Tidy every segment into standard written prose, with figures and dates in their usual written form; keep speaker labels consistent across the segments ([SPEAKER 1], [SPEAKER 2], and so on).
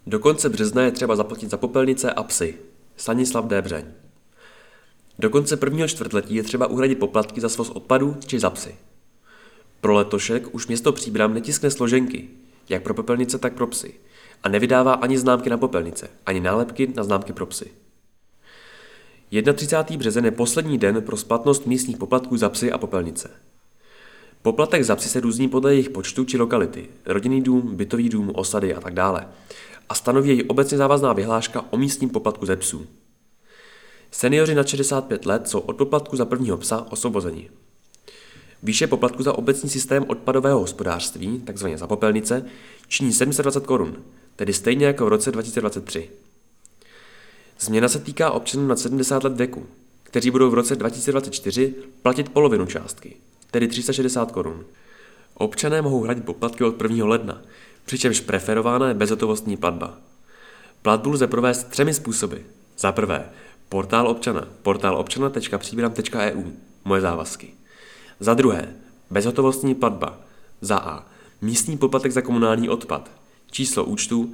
[SPEAKER 1] Do konce března je třeba zaplatit za popelnice a psy. Stanislav D. Břeň. Do konce prvního čtvrtletí je třeba uhradit poplatky za svoz odpadů či za psy. Pro letošek už město Příbram netiskne složenky, jak pro popelnice, tak pro psy, a nevydává ani známky na popelnice, ani nálepky na známky pro psy. 31. březen je poslední den pro splatnost místních poplatků za psy a popelnice. Poplatek za psy se různí podle jejich počtu či lokality, rodinný dům, bytový dům, osady a tak dále, a stanoví jej obecně závazná vyhláška o místním poplatku ze psů. Seniori nad 65 let jsou od poplatku za prvního psa osvobozeni. Výše poplatku za obecní systém odpadového hospodářství, takzvaně za popelnice, činí 720 Kč, tedy stejně jako v roce 2023. Změna se týká občanů nad 70 let věku, kteří budou v roce 2024 platit polovinu částky, tedy 360 Kč. Občané mohou hradit poplatky od 1. ledna, přičemž preferována je bezhotovostní platba. Platbu lze provést 3 způsoby. Za prvé, portál občana, portálobčana.příbram.eu, moje závazky. Za druhé, bezhotovostní platba. Za A. Místní poplatek za komunální odpad. Číslo účtu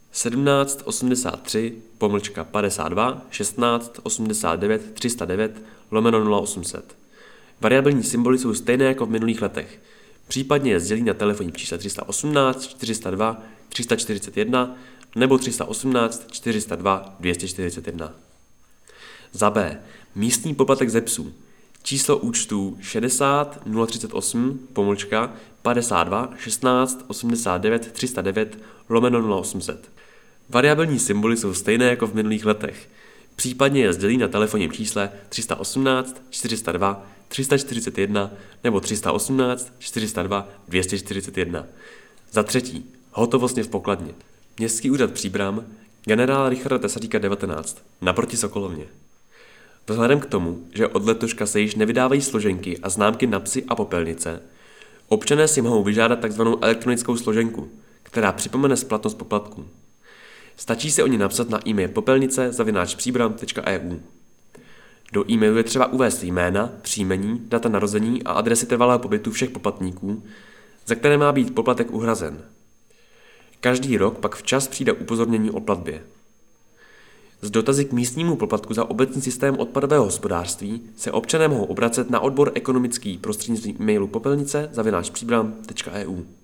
[SPEAKER 1] 1783-52-16-89-309/0800. Variabilní symboly jsou stejné jako v minulých letech. Případně je sdělí na telefonním čísle 318 402 341 nebo 318 402 241. Za B. Místní poplatek ze psů. Číslo účtu 60 038 52 16 89 309/0800. Variabilní symboly jsou stejné jako v minulých letech. Případně je sdělí na telefonním čísle 318 402 341 nebo 318 402 241. Za třetí, hotovostně v pokladně. Městský úřad Příbram, generál Richarda Tesaříka 19, naproti Sokolovně. Vzhledem k tomu, že od letoška se již nevydávají složenky a známky na psy a popelnice, občané si mohou vyžádat tzv. Elektronickou složenku, která připomene splatnost poplatků. Stačí se o ní napsat na e-mail popelnice@příbram.eu. Do e-mailu je třeba uvést jména, příjmení, data narození a adresy trvalého pobytu všech poplatníků, za které má být poplatek uhrazen. Každý rok pak včas přijde upozornění o platbě. S dotazy k místnímu poplatku za obecní systém odpadového hospodářství se občané mohou obracet na odbor ekonomický prostřednictvím e-mailu popelnice@příbram.eu.